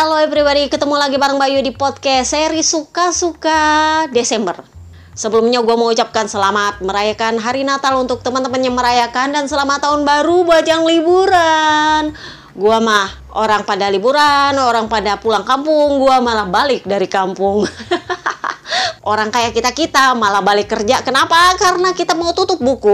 halo everybody, ketemu lagi bareng Bayu di podcast seri Suka-Suka Desember. Sebelumnya gue mau ucapkan selamat merayakan hari Natal untuk teman-teman yang merayakan, dan selamat tahun baru buat yang liburan. Gue mah orang pada liburan, orang pada pulang kampung, gue malah balik dari kampung. Orang kayak kita malah balik kerja. Kenapa? Karena kita mau tutup buku.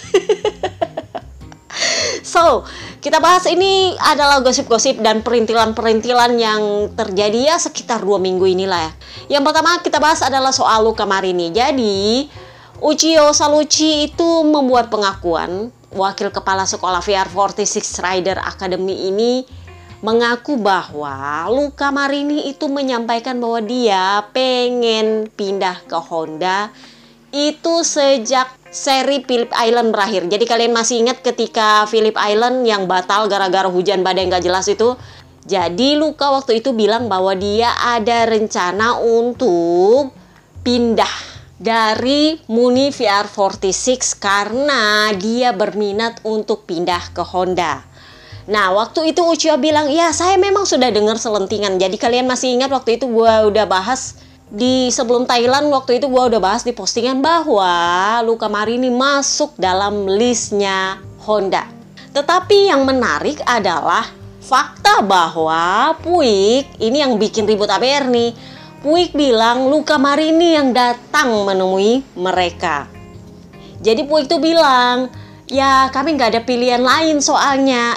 So, kita bahas ini adalah gosip-gosip dan perintilan-perintilan yang terjadi ya sekitar 2 minggu inilah ya. Yang pertama kita bahas adalah soal Luca Marini. Jadi, Uchiyo Salucci itu membuat pengakuan. Wakil Kepala Sekolah VR46 Rider Academy ini mengaku bahwa Luca Marini itu menyampaikan bahwa dia pengen pindah ke Honda itu sejak seri Phillip Island berakhir. Jadi kalian masih ingat ketika Phillip Island yang batal gara-gara hujan badai nggak jelas itu? Jadi Luca waktu itu bilang bahwa dia ada rencana untuk pindah dari Muni VR46 karena dia berminat untuk pindah ke Honda. Nah, waktu itu Uchiyo bilang, ya saya memang sudah dengar selentingan. Jadi kalian masih ingat waktu itu gue udah bahas di sebelum Thailand, waktu itu gue udah bahas di postingan bahwa Luca Marini masuk dalam listnya Honda. Tetapi yang menarik adalah fakta bahwa Puig, ini yang bikin ribut ABR nih. Puig bilang Luca Marini yang datang menemui mereka. Jadi Puig tuh bilang, ya kami nggak ada pilihan lain soalnya.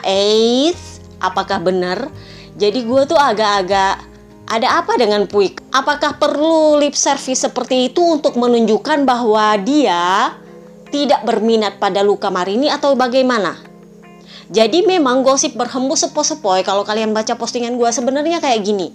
Apakah benar? Jadi gue tuh agak-agak ada apa dengan Puig? Apakah perlu lip service seperti itu untuk menunjukkan bahwa dia tidak berminat pada Luca Marini atau bagaimana? Jadi memang gosip berhembus sepoi-sepoi kalau kalian baca postingan gue sebenarnya kayak gini.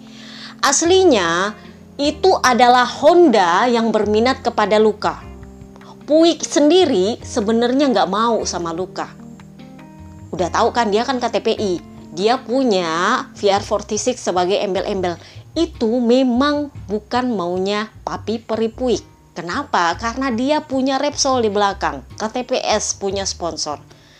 Aslinya itu adalah Honda yang berminat kepada Luca. Puig sendiri sebenarnya nggak mau sama Luca. Udah tahu kan dia kan KTPI. Dia punya VR46 sebagai embel-embel. Itu memang bukan maunya Papi Peri Puig. Kenapa? Karena dia punya Repsol di belakang. KTPS punya sponsor.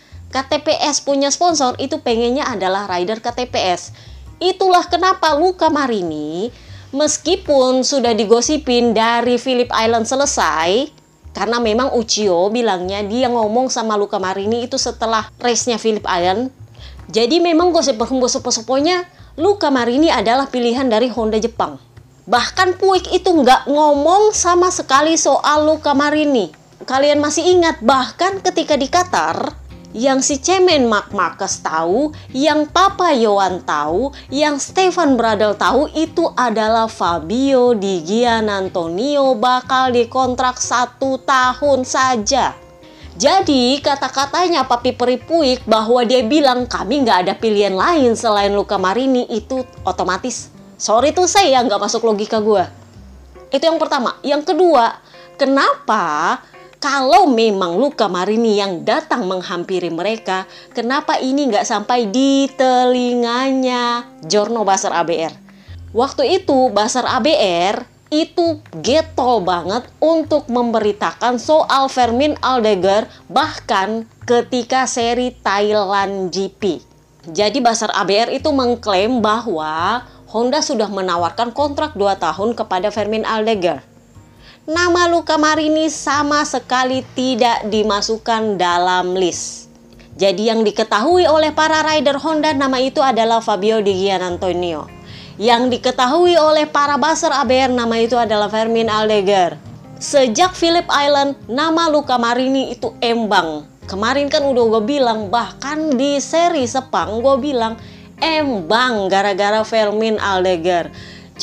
KTPS punya sponsor itu pengennya adalah rider KTPS. Itulah kenapa Luca Marini meskipun sudah digosipin dari Phillip Island selesai, karena memang Uchiyo bilangnya dia ngomong sama Luca Marini itu setelah race-nya Phillip Island. Jadi memang gosip berhembus sepoi-sepoinya Luca Marini adalah pilihan dari Honda Jepang. Bahkan Puig itu nggak ngomong sama sekali soal Luca Marini. Kalian masih ingat bahkan ketika di Qatar, yang si Cemen Marc Marquez tahu, yang Papa Yohan tahu, yang Stefan Bradl tahu itu adalah Fabio Di Giannantonio bakal dikontrak 1 tahun saja. Jadi kata-katanya Papi Peri Puig bahwa dia bilang kami nggak ada pilihan lain selain Luca Marini itu otomatis sorry tuh saya nggak masuk logika gue. Itu yang pertama. Yang kedua, kenapa kalau memang Luca Marini yang datang menghampiri mereka, kenapa ini nggak sampai di telinganya Giorno Basar ABR? Waktu itu Basar ABR itu getol banget untuk memberitakan soal Fermin Aldeguer bahkan ketika seri Thailand GP. Jadi Basar ABR itu mengklaim bahwa Honda sudah menawarkan kontrak 2 tahun kepada Fermin Aldeguer. Nama Luca Marini sama sekali tidak dimasukkan dalam list. Jadi yang diketahui oleh para rider Honda nama itu adalah Fabio Di Giannantonio. Yang diketahui oleh para Basar ABR nama itu adalah Fermin Aldeguer. Sejak Phillip Island nama Luca Marini itu embang. Kemarin kan udah gue bilang, bahkan di seri Sepang gue bilang embang gara-gara Fermin Aldeguer.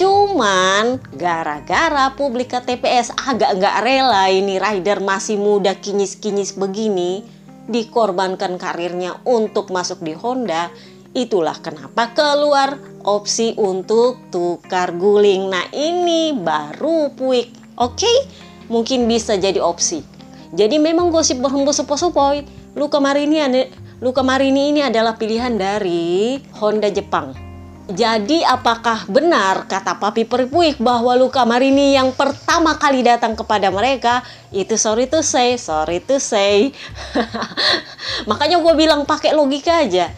Cuman gara-gara publik KTPS agak nggak rela ini rider masih muda kinyis-kinyis begini dikorbankan karirnya untuk masuk di Honda. Itulah kenapa keluar opsi untuk tukar guling. Nah ini baru Puig. Oke, mungkin bisa jadi opsi. Jadi memang gosip berhembus sepoi-sepoi. Luca Marini ini adalah pilihan dari Honda Jepang. Jadi apakah benar kata Papi Peri Puig bahwa Luca Marini yang pertama kali datang kepada mereka itu sorry to say. Makanya gue bilang pakai logika aja.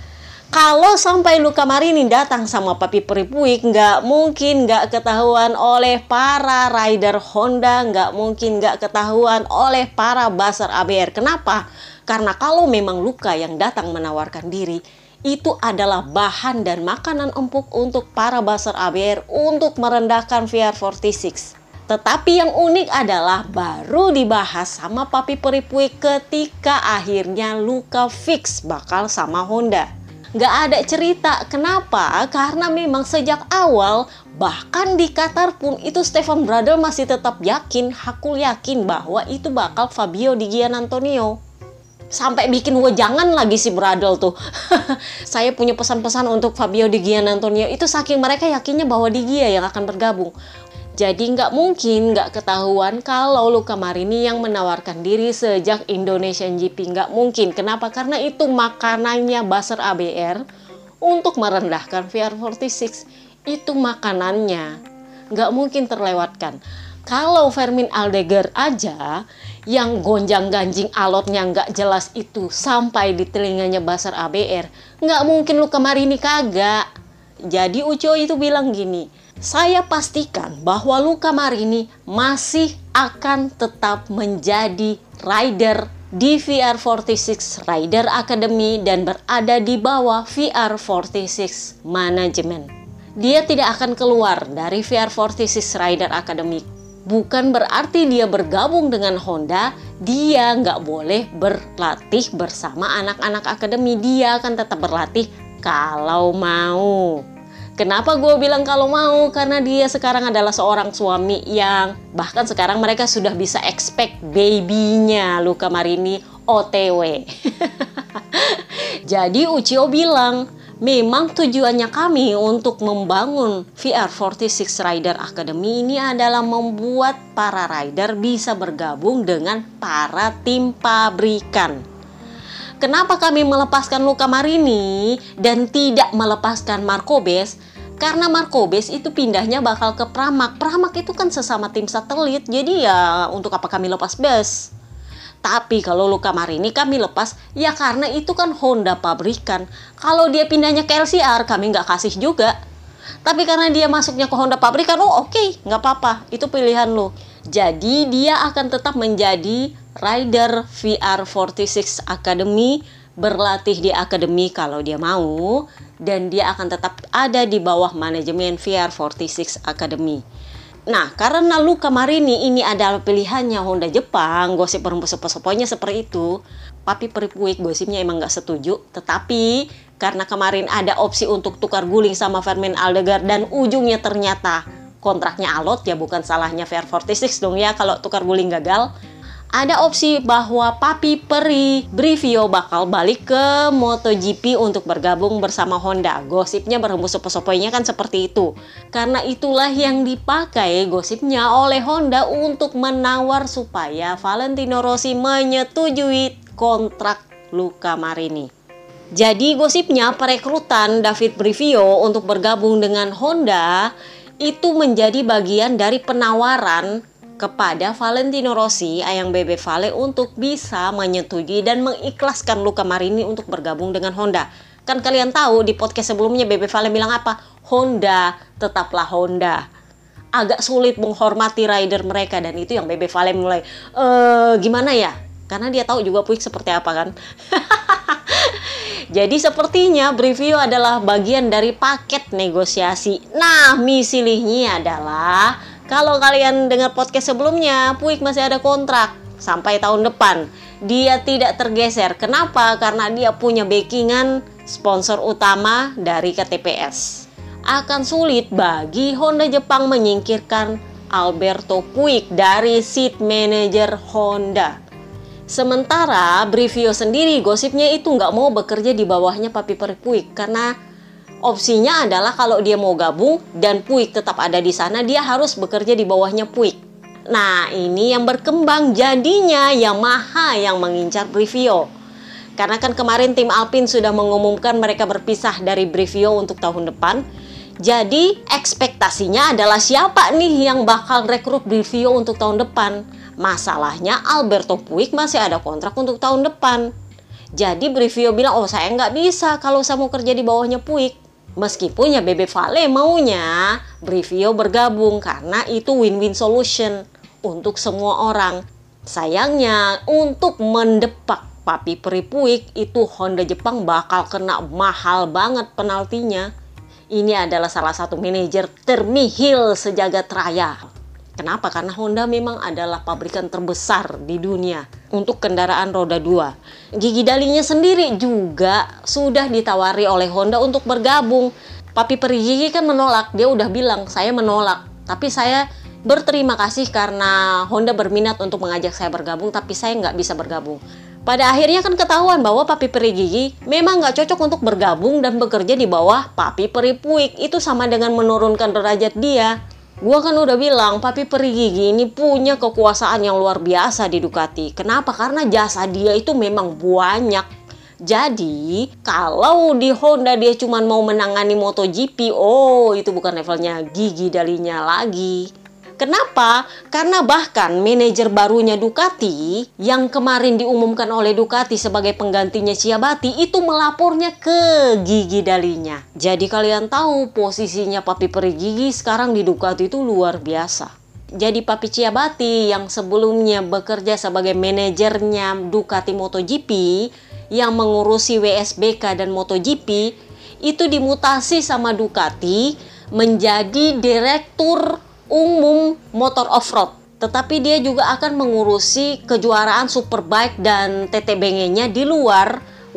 Kalau sampai Luca Marini datang sama Papi Peri Puig, nggak mungkin nggak ketahuan oleh para rider Honda, nggak mungkin nggak ketahuan oleh para buzzer ABR. Kenapa? Karena kalau memang Luca yang datang menawarkan diri, itu adalah bahan dan makanan empuk untuk para buzzer ABR untuk merendahkan VR46. Tetapi yang unik adalah baru dibahas sama Papi Peri Puig ketika akhirnya Luca fix bakal sama Honda. Nggak ada cerita. Kenapa? Karena memang sejak awal, bahkan di Qatar pun itu Stefan Bradl masih tetap yakin, hakul yakin bahwa itu bakal Fabio Di Giannantonio. Sampai bikin wejangan lagi si Bradl tuh. Saya punya pesan-pesan untuk Fabio Di Giannantonio. Itu saking mereka yakinnya bahwa Di Gia yang akan bergabung. Jadi nggak mungkin nggak ketahuan kalau Luca Marini yang menawarkan diri sejak Indonesian GP. Nggak mungkin. Kenapa? Karena itu makanannya buzzer ABR untuk merendahkan VR46. Itu makanannya. Nggak mungkin terlewatkan. Kalau Fermin Aldeguer aja yang gonjang-ganjing alotnya nggak jelas itu sampai di telinganya buzzer ABR, nggak mungkin Luca Marini kagak. Jadi Uco itu bilang gini, saya pastikan bahwa Luca Marini masih akan tetap menjadi rider di VR46 Rider Academy dan berada di bawah VR46 Management. Dia tidak akan keluar dari VR46 Rider Academy. Bukan berarti dia bergabung dengan Honda, dia nggak boleh berlatih bersama anak-anak akademi. Dia akan tetap berlatih kalau mau. Kenapa gue bilang kalau mau? Karena dia sekarang adalah seorang suami yang bahkan sekarang mereka sudah bisa expect baby-nya Luca Marini OTW. Jadi Ucio bilang, memang tujuannya kami untuk membangun VR46 Rider Academy ini adalah membuat para rider bisa bergabung dengan para tim pabrikan. Kenapa kami melepaskan Luca Marini dan tidak melepaskan Markobes? Karena Markobes itu pindahnya bakal ke Pramac. Pramac itu kan sesama tim satelit, jadi ya untuk apa kami lepas bus? Tapi kalau Luca Marini kami lepas, ya karena itu kan Honda pabrikan. Kalau dia pindahnya ke LCR, kami nggak kasih juga. Tapi karena dia masuknya ke Honda pabrikan, oh oke, nggak apa-apa, itu pilihan lo. Jadi dia akan tetap menjadi rider VR46 Academy, berlatih di akademi kalau dia mau, dan dia akan tetap ada di bawah manajemen VR46 Academy. Nah, karena Luca Marini ini adalah pilihannya Honda Jepang, gosip berhembus-hembusnya seperti itu, Papi Peri Puig gosipnya emang nggak setuju. Tetapi karena kemarin ada opsi untuk tukar guling sama Fermin Aldeguer dan ujungnya ternyata kontraknya alot, ya bukan salahnya VR46 dong ya kalau tukar guling gagal. Ada opsi bahwa Papi Peri Brivio bakal balik ke MotoGP untuk bergabung bersama Honda. Gosipnya berhembus-hembusnya kan seperti itu. Karena itulah yang dipakai gosipnya oleh Honda untuk menawar supaya Valentino Rossi menyetujui kontrak Luca Marini. Jadi gosipnya perekrutan David Brivio untuk bergabung dengan Honda itu menjadi bagian dari penawaran kepada Valentino Rossi, Ayang Bebe Vale, untuk bisa menyetujui dan mengikhlaskan Luca Marini untuk bergabung dengan Honda. Kan kalian tahu di podcast sebelumnya Bebe Vale bilang apa? Honda, tetaplah Honda. Agak sulit menghormati rider mereka dan itu yang Bebe Vale mulai, gimana ya? Karena dia tahu juga Puig seperti apa kan. Jadi sepertinya Brivio adalah bagian dari paket negosiasi. Nah, misilihnya adalah kalau kalian dengar podcast sebelumnya, Puig masih ada kontrak sampai tahun depan. Dia tidak tergeser. Kenapa? Karena dia punya backingan sponsor utama dari KTPS. Akan sulit bagi Honda Jepang menyingkirkan Alberto Puig dari seat manager Honda. Sementara Brivio sendiri gosipnya itu nggak mau bekerja di bawahnya Papi Peri Puig karena opsinya adalah kalau dia mau gabung dan Puig tetap ada di sana, dia harus bekerja di bawahnya Puig. Nah, ini yang berkembang jadinya Yamaha yang mengincar Brivio. Karena kan kemarin tim Alpine sudah mengumumkan mereka berpisah dari Brivio untuk tahun depan. Jadi ekspektasinya adalah siapa nih yang bakal rekrut Brivio untuk tahun depan? Masalahnya Alberto Puig masih ada kontrak untuk tahun depan. Jadi Brivio bilang, oh saya nggak bisa kalau saya mau kerja di bawahnya Puig. Meskipun ya Bebe Vale maunya Brivio bergabung karena itu win-win solution untuk semua orang. Sayangnya untuk mendepak Papi Peri Puig itu Honda Jepang bakal kena mahal banget penaltinya. Ini adalah salah satu manajer ternihil sejagat raya. Kenapa? Karena Honda memang adalah pabrikan terbesar di dunia untuk kendaraan roda 2. Gigi Dalinya sendiri juga sudah ditawari oleh Honda untuk bergabung. Papi Peri Gigi kan menolak, dia udah bilang, saya menolak. Tapi saya berterima kasih karena Honda berminat untuk mengajak saya bergabung, tapi saya nggak bisa bergabung. Pada akhirnya kan ketahuan bahwa Papi Peri Gigi memang nggak cocok untuk bergabung dan bekerja di bawah Papi Peri Puig. Itu sama dengan menurunkan derajat dia. Gua kan udah bilang Papi Peri Gigi ini punya kekuasaan yang luar biasa di Ducati. Kenapa? Karena jasa dia itu memang banyak. Jadi kalau di Honda dia cuma mau menangani MotoGP, oh itu bukan levelnya Gigi Dalinya lagi. Kenapa? Karena bahkan manajer barunya Ducati yang kemarin diumumkan oleh Ducati sebagai penggantinya Ciabatti itu melapornya ke Gigi Dalinya. Jadi kalian tahu posisinya Papi Peri Gigi sekarang di Ducati itu luar biasa. Jadi Papi Ciabatti yang sebelumnya bekerja sebagai manajernya Ducati MotoGP yang mengurusi WSBK dan MotoGP itu dimutasi sama Ducati menjadi direktur umum motor off-road. Tetapi dia juga akan mengurusi kejuaraan Superbike dan TTBG-nya di luar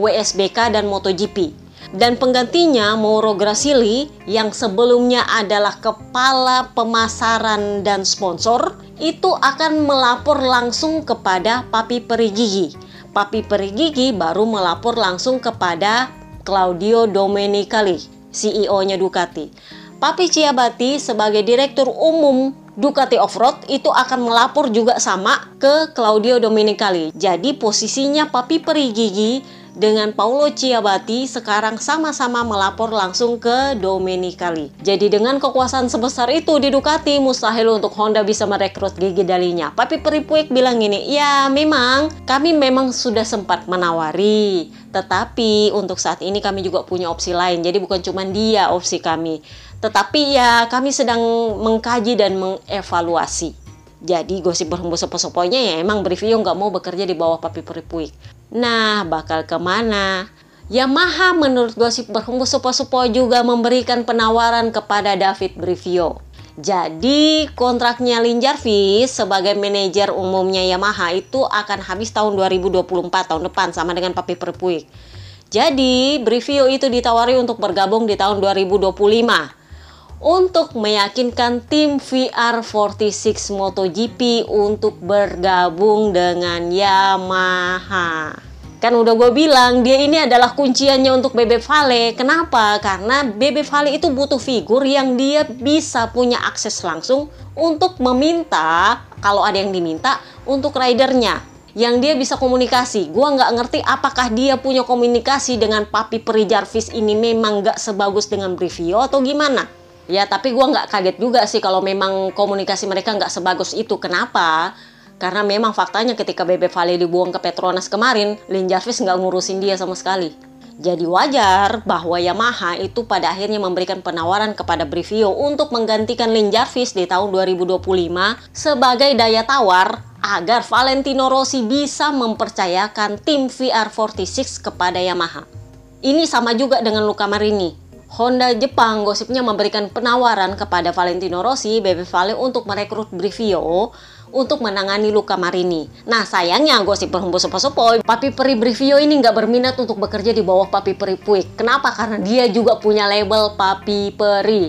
WSBK dan MotoGP. Dan penggantinya Mauro Grasili yang sebelumnya adalah kepala pemasaran dan sponsor itu akan melapor langsung kepada Papi Peri Gigi. Papi Peri Gigi baru melapor langsung kepada Claudio Domenicali, CEO-nya Ducati. Papi Ciabatti sebagai Direktur Umum Ducati Off-Road itu akan melapor juga sama ke Claudio Domenicali. Jadi posisinya Papi Peri Gigi dengan Paulo Ciabatti sekarang sama-sama melapor langsung ke Domenicali. Jadi dengan kekuasaan sebesar itu di Ducati, mustahil untuk Honda bisa merekrut Gigi Dalinya. Papi Peri Puig bilang gini, ya memang kami memang sudah sempat menawari, tetapi untuk saat ini kami juga punya opsi lain. Jadi bukan cuma dia opsi kami, tetapi ya kami sedang mengkaji dan mengevaluasi. Jadi gosip berhembus sepo-seponya ya emang Brivio nggak mau bekerja di bawah Papi Peri Puig. Nah bakal kemana? Yamaha menurut gosip berhembus sepo-sepo juga memberikan penawaran kepada David Brivio. Jadi kontraknya Lin Jarvis sebagai manajer umumnya Yamaha itu akan habis tahun 2024, tahun depan, sama dengan Papi Peri Puig. Jadi Brivio itu ditawari untuk bergabung di tahun 2025 untuk meyakinkan tim VR46 MotoGP untuk bergabung dengan Yamaha. Kan udah gue bilang dia ini adalah kunciannya untuk Bebe Vale. Kenapa? Karena Bebe Vale itu butuh figur yang dia bisa punya akses langsung untuk meminta, kalau ada yang diminta, untuk ridernya. Yang dia bisa komunikasi. Gue nggak ngerti apakah dia punya komunikasi dengan Papi Peri Jarvis ini memang nggak sebagus dengan Brivio atau gimana. Ya tapi gue nggak kaget juga sih kalau memang komunikasi mereka nggak sebagus itu. Kenapa? Karena memang faktanya ketika Bebe Vale dibuang ke Petronas kemarin, Lin Jarvis nggak ngurusin dia sama sekali. Jadi wajar bahwa Yamaha itu pada akhirnya memberikan penawaran kepada Brivio untuk menggantikan Lin Jarvis di tahun 2025 sebagai daya tawar agar Valentino Rossi bisa mempercayakan tim VR46 kepada Yamaha. Ini sama juga dengan Luca Marini. Honda Jepang gosipnya memberikan penawaran kepada Valentino Rossi, Bebe Vale untuk merekrut Brivio untuk menangani Luca Marini. Nah sayangnya gosip berhembus sepoi-sepoi, Papi Peri Brivio ini nggak berminat untuk bekerja di bawah Papi Peri Puig. Kenapa? Karena dia juga punya label Papi Peri.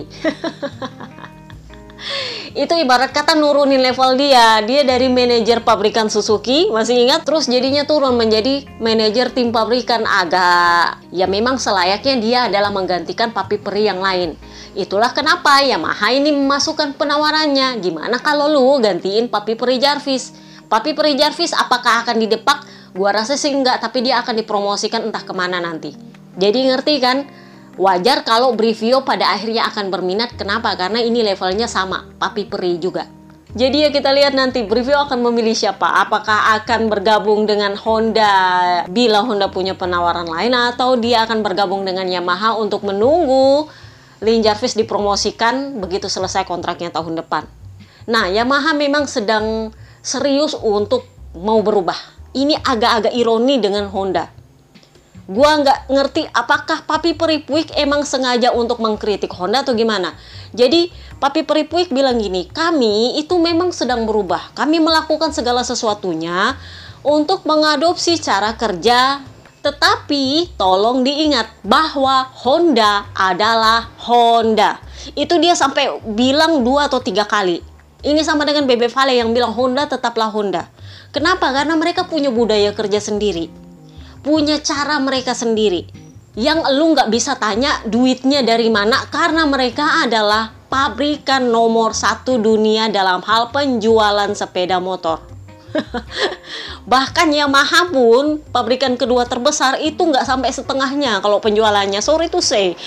Itu ibarat kata nurunin level dia. Dia dari manajer pabrikan Suzuki, masih ingat? Terus jadinya turun menjadi manajer tim pabrikan. Agak, ya memang selayaknya dia adalah menggantikan Papi Peri yang lain. Itulah kenapa Yamaha ini memasukkan penawarannya. Gimana kalau lu gantiin Papi Peri Jarvis? Papi Peri Jarvis apakah akan didepak? Gua rasa sih enggak, tapi dia akan dipromosikan entah kemana nanti. Jadi ngerti kan? Wajar kalau Brivio pada akhirnya akan berminat. Kenapa? Karena ini levelnya sama, Papi Peri juga. Jadi ya kita lihat nanti Brivio akan memilih siapa. Apakah akan bergabung dengan Honda bila Honda punya penawaran lain, atau dia akan bergabung dengan Yamaha untuk menunggu Lin Jarvis dipromosikan begitu selesai kontraknya tahun depan. Nah, Yamaha memang sedang serius untuk mau berubah. Ini agak-agak ironi dengan Honda. Gua nggak ngerti apakah Papi Peripuik emang sengaja untuk mengkritik Honda atau gimana. Jadi Papi Peripuik bilang gini, kami itu memang sedang berubah. Kami melakukan segala sesuatunya untuk mengadopsi cara kerja. Tetapi tolong diingat bahwa Honda adalah Honda. Itu dia sampai bilang 2 atau 3 kali. Ini sama dengan Bebe Vale yang bilang Honda tetaplah Honda. Kenapa? Karena mereka punya budaya kerja sendiri, punya cara mereka sendiri, yang lu nggak bisa tanya duitnya dari mana, karena mereka adalah pabrikan nomor 1 dunia dalam hal penjualan sepeda motor. Bahkan Yamaha pun pabrikan kedua terbesar itu nggak sampai setengahnya kalau penjualannya, sorry to say.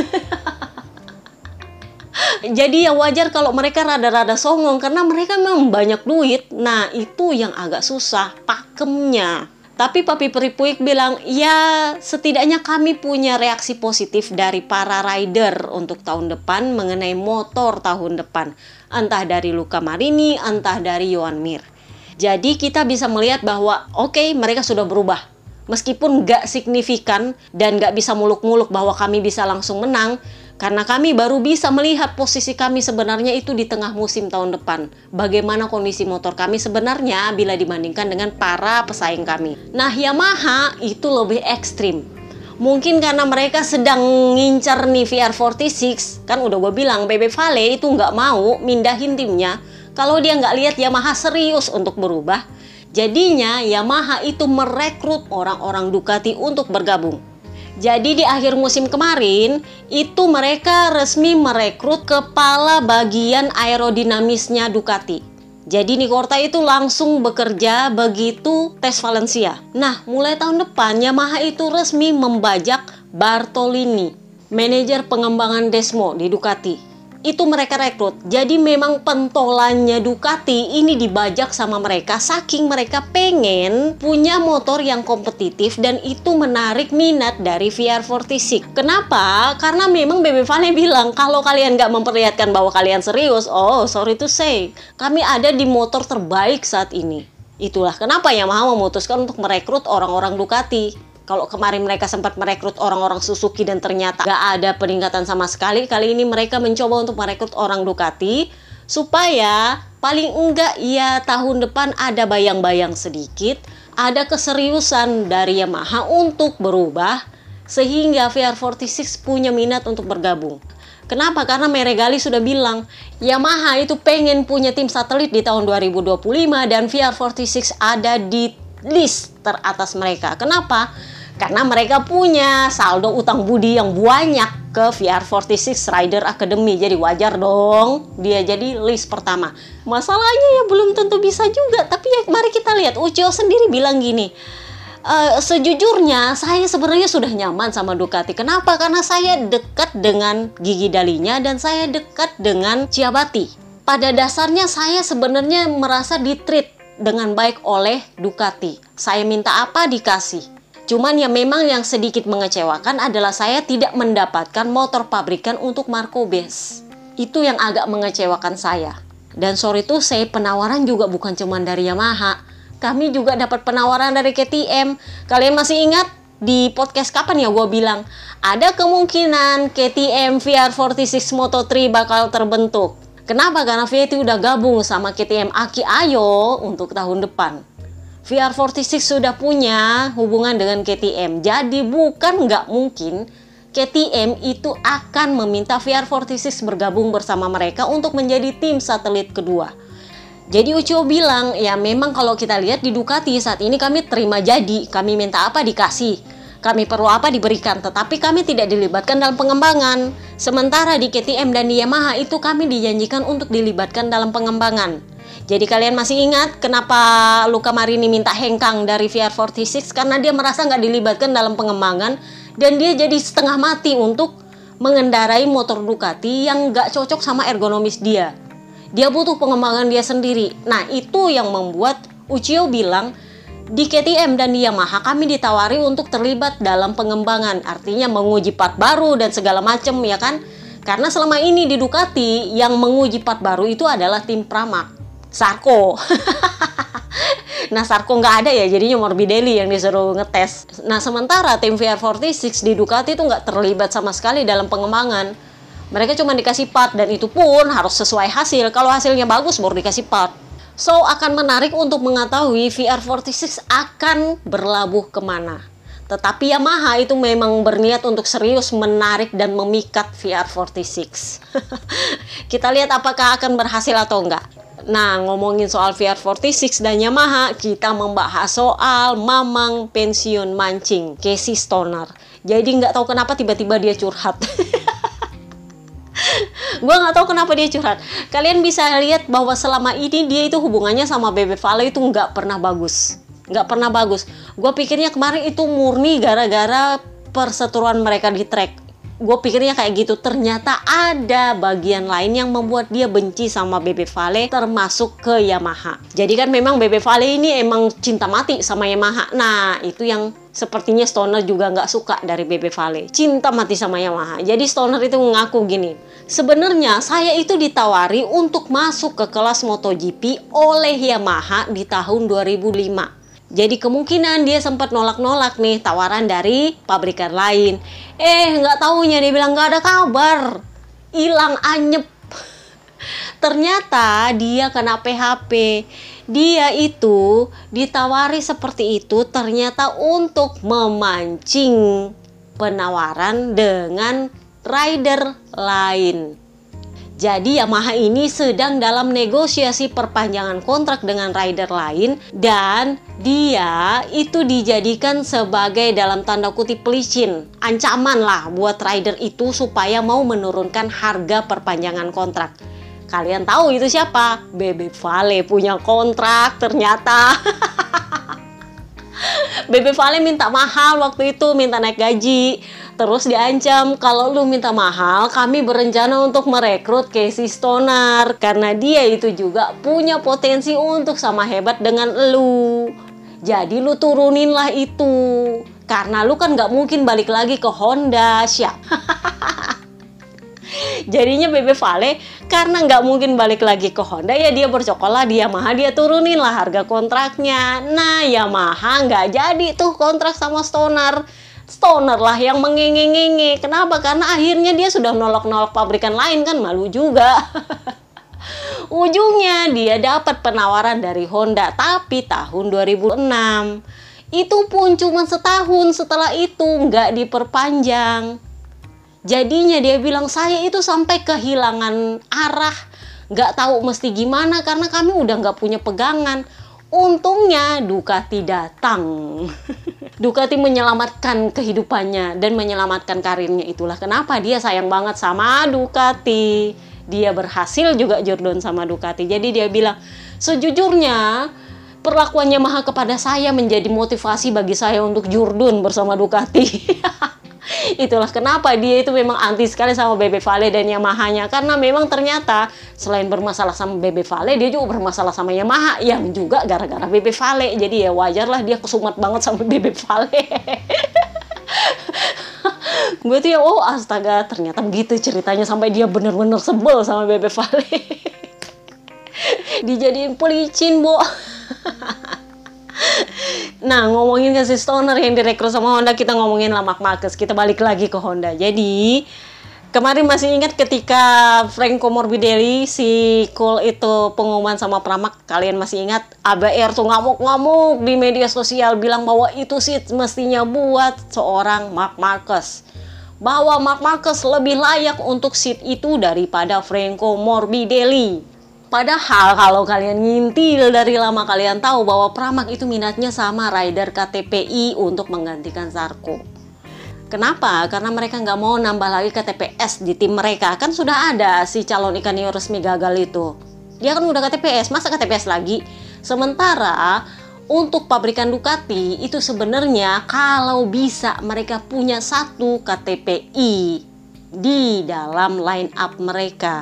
Jadi ya wajar kalau mereka rada-rada songong karena mereka memang banyak duit. Nah itu yang agak susah pakemnya. Tapi Papi Peripuik bilang, ya setidaknya kami punya reaksi positif dari para rider untuk tahun depan mengenai motor tahun depan. Entah dari Luca Marini, entah dari Joan Mir. Jadi kita bisa melihat bahwa oke, mereka sudah berubah. Meskipun nggak signifikan dan nggak bisa muluk-muluk bahwa kami bisa langsung menang. Karena kami baru bisa melihat posisi kami sebenarnya itu di tengah musim tahun depan. Bagaimana kondisi motor kami sebenarnya bila dibandingkan dengan para pesaing kami. Nah, Yamaha itu lebih ekstrim. Mungkin karena mereka sedang ngincar nih VR46. Kan udah gue bilang, Bebe Vale itu nggak mau mindahin timnya kalau dia nggak lihat Yamaha serius untuk berubah. Jadinya Yamaha itu merekrut orang-orang Ducati untuk bergabung. Jadi di akhir musim kemarin, itu mereka resmi merekrut kepala bagian aerodinamisnya Ducati. Jadi Nicorta itu langsung bekerja begitu tes Valencia. Nah, mulai tahun depan Yamaha itu resmi membajak Bartolini, manajer pengembangan Desmo di Ducati. Itu mereka rekrut. Jadi memang pentolannya Ducati ini dibajak sama mereka, saking mereka pengen punya motor yang kompetitif dan itu menarik minat dari VR46. Kenapa? Karena memang Bebe Vale bilang kalau kalian nggak memperlihatkan bahwa kalian serius, oh sorry to say, kami ada di motor terbaik saat ini. Itulah kenapa Yamaha memutuskan untuk merekrut orang-orang Ducati. Kalau kemarin mereka sempat merekrut orang-orang Suzuki dan ternyata gak ada peningkatan sama sekali, kali ini mereka mencoba untuk merekrut orang Ducati supaya paling enggak ya tahun depan ada bayang-bayang sedikit, ada keseriusan dari Yamaha untuk berubah sehingga VR46 punya minat untuk bergabung. Kenapa? Karena Meregali sudah bilang Yamaha itu pengen punya tim satelit di tahun 2025 dan VR46 ada di list teratas mereka. Kenapa? Karena mereka punya saldo utang budi yang banyak ke VR46 Rider Academy. Jadi wajar dong dia jadi list pertama. Masalahnya ya belum tentu bisa juga. Tapi ya mari kita lihat. Uchiho sendiri bilang gini, sejujurnya saya sebenarnya sudah nyaman sama Ducati. Kenapa? Karena saya dekat dengan Gigi Dalinya dan saya dekat dengan Ciabatti. Pada dasarnya saya sebenarnya merasa ditreat dengan baik oleh Ducati. Saya minta apa dikasih. Cuman ya memang yang sedikit mengecewakan adalah saya tidak mendapatkan motor pabrikan untuk Marco Bes. Itu yang agak mengecewakan saya. Dan sorry tuh, saya penawaran juga bukan cuma dari Yamaha. Kami juga dapat penawaran dari KTM. Kalian masih ingat di podcast kapan ya gue bilang ada kemungkinan KTM VR46 Moto3 bakal terbentuk. Kenapa? Karena VT udah gabung sama KTM Aki Ayo untuk tahun depan. VR46 sudah punya hubungan dengan KTM. Jadi bukan nggak mungkin KTM itu akan meminta VR46 bergabung bersama mereka untuk menjadi tim satelit kedua. Jadi Uchiho bilang, ya memang kalau kita lihat di Ducati saat ini kami terima jadi. Kami minta apa dikasih. Kami perlu apa diberikan. Tetapi kami tidak dilibatkan dalam pengembangan. Sementara di KTM dan di Yamaha itu kami dijanjikan untuk dilibatkan dalam pengembangan. Jadi kalian masih ingat kenapa Luca Marini minta hengkang dari VR46? Karena dia merasa nggak dilibatkan dalam pengembangan dan dia jadi setengah mati untuk mengendarai motor Ducati yang nggak cocok sama ergonomis dia. Dia butuh pengembangan dia sendiri. Nah, itu yang membuat Uchiyo bilang, di KTM dan di Yamaha kami ditawari untuk terlibat dalam pengembangan. Artinya menguji part baru dan segala macam, ya kan? Karena selama ini di Ducati yang menguji part baru itu adalah tim Pramac, Sarko. Nah, Sarko nggak ada ya, jadinya Morbidelli yang disuruh ngetes. Nah, sementara tim VR46 di Ducati itu nggak terlibat sama sekali dalam pengembangan. Mereka cuma dikasih part, dan itu pun harus sesuai hasil. Kalau hasilnya bagus baru dikasih part. So, akan menarik untuk mengetahui VR46 akan berlabuh kemana. Tetapi Yamaha itu memang berniat untuk serius menarik dan memikat VR46. Kita lihat apakah akan berhasil atau enggak. Nah, ngomongin soal VR46 dan Yamaha, kita membahas soal mamang pensiun mancing, Casey Stoner. Jadi nggak tahu kenapa tiba-tiba dia curhat. Gue nggak tahu kenapa dia curhat. Kalian bisa lihat bahwa selama ini dia itu hubungannya sama Bebe Vale itu nggak pernah bagus. Nggak pernah bagus. Gue pikirnya kemarin itu murni gara-gara perseteruan mereka di track. Gue pikirnya kayak gitu. Ternyata ada bagian lain yang membuat dia benci sama Bebe Vale, termasuk ke Yamaha. Jadi kan memang Bebe Vale ini emang cinta mati sama Yamaha. Nah, itu yang sepertinya Stoner juga nggak suka dari Bebe Vale. Cinta mati sama Yamaha. Jadi Stoner itu mengaku gini, sebenarnya saya itu ditawari untuk masuk ke kelas MotoGP oleh Yamaha di tahun 2005. Jadi kemungkinan dia sempat nolak-nolak nih tawaran dari pabrikan lain. Nggak taunya dia bilang nggak ada kabar. Hilang anyep. Ternyata dia kena PHP. Dia itu ditawari seperti itu ternyata untuk memancing penawaran dengan rider lain. Jadi Yamaha ini sedang dalam negosiasi perpanjangan kontrak dengan rider lain, dan dia itu dijadikan sebagai dalam tanda kutip pelicin, ancaman lah buat rider itu supaya mau menurunkan harga perpanjangan kontrak. Kalian tahu itu siapa? Bebe Vale punya kontrak ternyata. Bebe Vale minta mahal waktu itu, minta naik gaji. Terus diancam, kalau lu minta mahal, kami berencana untuk merekrut Casey Stoner. Karena dia itu juga punya potensi untuk sama hebat dengan lu. Jadi lu turunin lah itu. Karena lu kan gak mungkin balik lagi ke Honda, siap. Jadinya Bebe Vale karena nggak mungkin balik lagi ke Honda, ya dia bercokolah di Yamaha, dia turunin lah harga kontraknya. Nah, Yamaha nggak jadi tuh kontrak sama Stoner. Stoner lah yang mengenge-ngenge. Kenapa? Karena akhirnya dia sudah nolak-nolak pabrikan lain, kan malu juga. Ujungnya dia dapat penawaran dari Honda, tapi tahun 2006. Itu pun cuma setahun, setelah itu nggak diperpanjang. Jadinya dia bilang, saya itu sampai kehilangan arah, nggak tahu mesti gimana karena kami udah nggak punya pegangan. Untungnya Ducati datang. Ducati menyelamatkan kehidupannya dan menyelamatkan karirnya. Itulah kenapa dia sayang banget sama Ducati. Dia berhasil juga Jordan sama Ducati. Jadi dia bilang, sejujurnya perlakuan Yamaha kepada saya menjadi motivasi bagi saya untuk Jordan bersama Ducati. Itulah kenapa dia itu memang anti sekali sama Bebe Vale dan Yamahanya. Karena memang ternyata selain bermasalah sama Bebe Vale, dia juga bermasalah sama Yamaha yang juga gara-gara Bebe Vale. Jadi ya wajar lah dia kesumat banget sama Bebe Vale. Gue tuh ya, oh astaga, ternyata begitu ceritanya sampai dia bener-bener sebel sama Bebe Vale. Dijadiin pelicin, Bo. Nah, ngomongin Casey Stoner yang direkrut sama Honda, kita ngomongin lah Marc Marquez. Kita balik lagi ke Honda. Jadi, kemarin masih ingat ketika Franco Morbidelli, si Cole itu pengumuman sama Pramac, kalian masih ingat? ABR tuh ngamuk-ngamuk di media sosial bilang bahwa itu sih mestinya buat seorang Marc Marquez. Bahwa Marc Marquez lebih layak untuk seat itu daripada Franco Morbidelli. Padahal kalau kalian ngintil dari lama, kalian tahu bahwa Pramac itu minatnya sama rider KTPI untuk menggantikan Zarco. Kenapa? Karena mereka nggak mau nambah lagi KTPS di tim mereka. Kan sudah ada si calon ikan hiu resmi gagal itu. Dia kan udah KTPS, masa KTPS lagi? Sementara untuk pabrikan Ducati itu sebenarnya kalau bisa mereka punya satu KTPI di dalam line up mereka.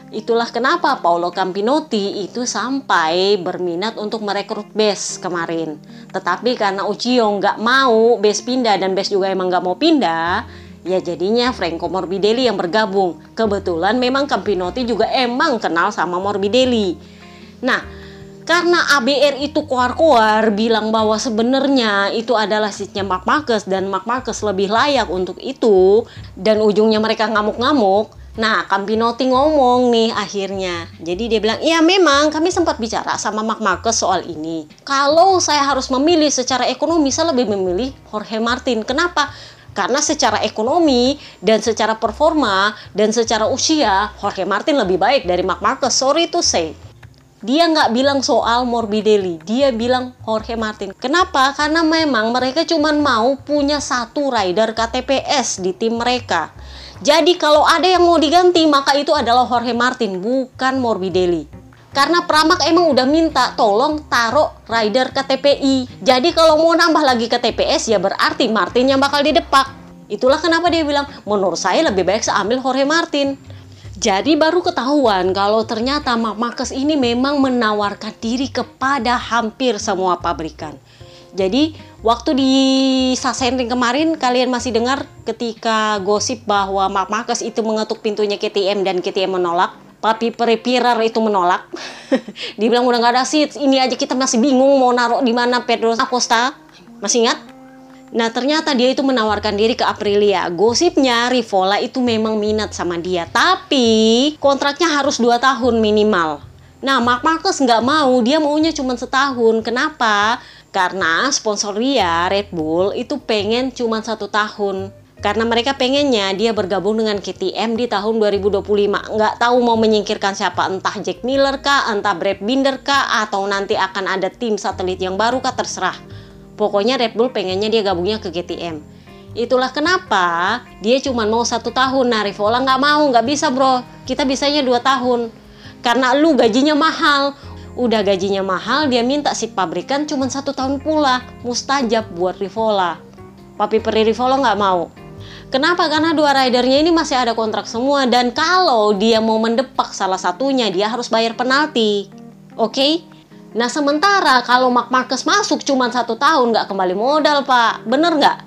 Itulah kenapa Paolo Campinotti itu sampai berminat untuk merekrut Bes kemarin. Tetapi karena Uchiho nggak mau Bes pindah dan Bes juga emang nggak mau pindah, ya jadinya Franco Morbidelli yang bergabung. Kebetulan memang Campinotti juga emang kenal sama Morbidelli. Nah, karena ABR itu koar-koar bilang bahwa sebenarnya itu adalah seatnya Marc Marquez dan Marc Marquez lebih layak untuk itu, dan ujungnya mereka ngamuk-ngamuk. Nah, Campinotti ngomong nih akhirnya. Jadi dia bilang, iya memang kami sempat bicara sama Marc Marquez soal ini. Kalau saya harus memilih secara ekonomi, saya lebih memilih Jorge Martin. Kenapa? Karena secara ekonomi dan secara performa dan secara usia, Jorge Martin lebih baik dari Marc Marquez. Sorry to say. Dia nggak bilang soal Morbidelli, dia bilang Jorge Martin. Kenapa? Karena memang mereka cuma mau punya satu rider KTPS di tim mereka. Jadi kalau ada yang mau diganti, maka itu adalah Jorge Martin, bukan Morbidelli. Karena Pramac emang udah minta tolong taruh rider KTPI. Jadi kalau mau nambah lagi KTPS, ya berarti Martin yang bakal didepak. Itulah kenapa dia bilang, menurut saya lebih baik saya ambil Jorge Martin. Jadi baru ketahuan kalau ternyata Marc Marquez ini memang menawarkan diri kepada hampir semua pabrikan. Jadi waktu di Sachsenring kemarin kalian masih dengar ketika gosip bahwa Marc Marquez itu mengetuk pintunya KTM dan KTM menolak. Papi Pirar itu menolak. Dibilang udah nggak ada seat. Ini aja kita masih bingung mau naruh di mana Pedro Acosta. Masih ingat? Nah ternyata dia itu menawarkan diri ke Aprilia. Gosipnya Rivola itu memang minat sama dia, tapi kontraknya harus 2 tahun minimal. Nah Marc Marquez nggak mau, dia maunya cuma setahun. Kenapa? Karena sponsor dia, Red Bull, itu pengen cuma 1 tahun. Karena mereka pengennya dia bergabung dengan KTM di tahun 2025. Nggak tahu mau menyingkirkan siapa, entah Jack Miller kah, entah Brad Binder kah, atau nanti akan ada tim satelit yang baru kah, terserah. Pokoknya Red Bull pengennya dia gabungnya ke KTM. Itulah kenapa dia cuma mau 1 tahun. Nah Rivola nggak mau, nggak bisa bro. Kita bisanya 2 tahun. Karena lu gajinya mahal. Udah gajinya mahal, dia minta si pabrikan cuma 1 tahun pula. Mustajab buat Rivola. Papi Peri Rivola nggak mau. Kenapa? Karena 2 ridernya ini masih ada kontrak semua. Dan kalau dia mau mendepak salah satunya, dia harus bayar penalti. Oke? Nah sementara kalau Marc Marquez masuk cuma 1 tahun, nggak kembali modal pak, bener nggak?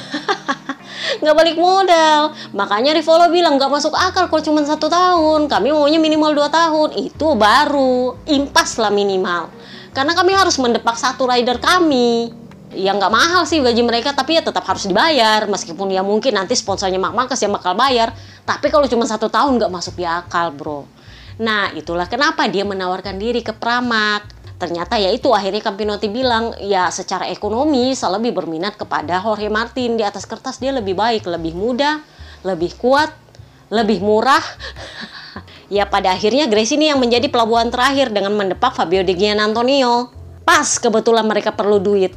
Nggak balik modal. Makanya Rivola bilang nggak masuk akal kalau cuma 1 tahun, kami maunya minimal 2 tahun. Itu baru impas lah minimal. Karena kami harus mendepak satu rider kami. Ya nggak mahal sih gaji mereka, tapi ya tetap harus dibayar. Meskipun ya mungkin nanti sponsornya Marc Marquez yang bakal bayar. Tapi kalau cuma 1 tahun nggak masuk di akal bro. Nah itulah kenapa dia menawarkan diri ke Pramac. Ternyata ya itu akhirnya Campinotti bilang ya secara ekonomi saya lebih berminat kepada Jorge Martin. Di atas kertas dia lebih baik, lebih muda, lebih kuat, lebih murah. Ya pada akhirnya Grace ini yang menjadi pelabuhan terakhir dengan mendepak Fabio De Gianantonio. Pas kebetulan mereka perlu duit.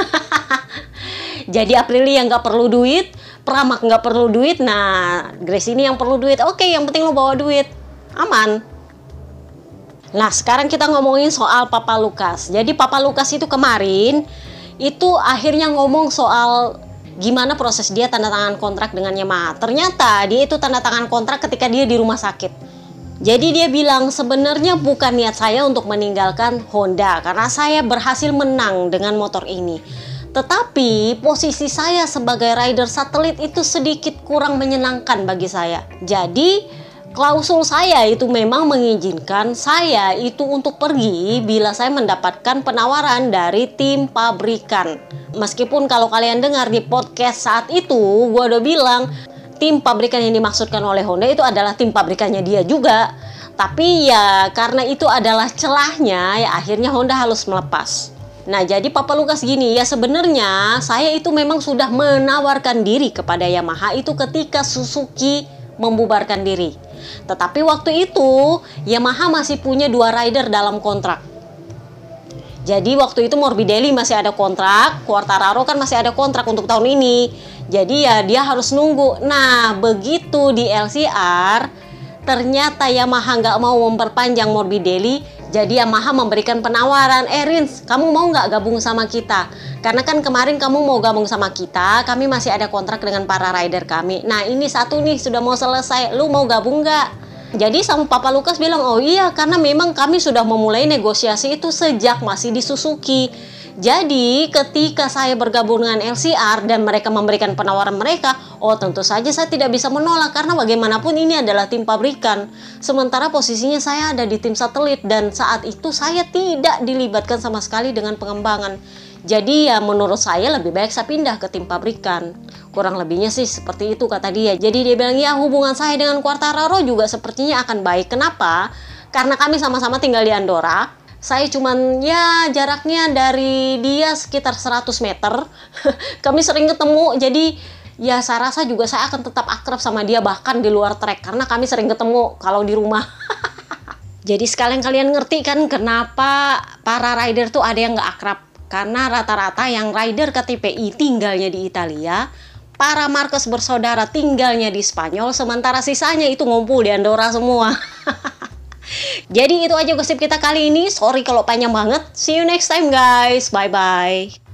Jadi Aprilia yang nggak perlu duit, Pramac nggak perlu duit. Nah Grace ini yang perlu duit. Oke, yang penting lo bawa duit, aman. Nah sekarang kita ngomongin soal Papa Lukas. Jadi Papa Lukas itu kemarin itu akhirnya ngomong soal gimana proses dia tanda tangan kontrak dengan Yamaha. Ternyata dia itu tanda tangan kontrak ketika dia di rumah sakit. Jadi dia bilang sebenarnya bukan niat saya untuk meninggalkan Honda karena saya berhasil menang dengan motor ini. Tetapi posisi saya sebagai rider satelit itu sedikit kurang menyenangkan bagi saya. Jadi klausul saya itu memang mengizinkan saya itu untuk pergi bila saya mendapatkan penawaran dari tim pabrikan. Meskipun kalau kalian dengar di podcast saat itu, gue udah bilang tim pabrikan yang dimaksudkan oleh Honda itu adalah tim pabrikannya dia juga. Tapi ya karena itu adalah celahnya, ya akhirnya Honda harus melepas. Nah jadi Papa Lukas gini, ya sebenarnya saya itu memang sudah menawarkan diri kepada Yamaha itu ketika Suzuki membubarkan diri. Tetapi waktu itu Yamaha masih punya 2 rider dalam kontrak. Jadi waktu itu Morbidelli masih ada kontrak, Quartararo kan masih ada kontrak untuk tahun ini. Jadi ya dia harus nunggu. Nah begitu di LCR ternyata Yamaha nggak mau memperpanjang Morbidelli. Jadi Yamaha memberikan penawaran, Rins, kamu mau nggak gabung sama kita? Karena kan kemarin kamu mau gabung sama kita, kami masih ada kontrak dengan para rider kami. Nah ini satu nih sudah mau selesai, lu mau gabung nggak? Jadi sama Papa Lukas bilang, oh iya karena memang kami sudah memulai negosiasi itu sejak masih di Suzuki. Jadi ketika saya bergabung dengan LCR dan mereka memberikan penawaran mereka, oh tentu saja saya tidak bisa menolak karena bagaimanapun ini adalah tim pabrikan. Sementara posisinya saya ada di tim satelit dan saat itu saya tidak dilibatkan sama sekali dengan pengembangan. Jadi ya menurut saya lebih baik saya pindah ke tim pabrikan. Kurang lebihnya sih seperti itu kata dia. Jadi dia bilang ya hubungan saya dengan Quartararo juga sepertinya akan baik. Kenapa? Karena kami sama-sama tinggal di Andorra. Saya cuman ya jaraknya dari dia sekitar 100 meter. Kami sering ketemu, jadi ya saya rasa juga saya akan tetap akrab sama dia bahkan di luar trek. Karena kami sering ketemu kalau di rumah. Jadi sekalian kalian ngerti kan kenapa para rider tuh ada yang gak akrab. Karena rata-rata yang rider KTPI tinggalnya di Italia, para Marquez bersaudara tinggalnya di Spanyol, sementara sisanya itu ngumpul di Andorra semua. Jadi itu aja gosip kita kali ini. Sorry kalau panjang banget. See you next time guys. Bye-bye.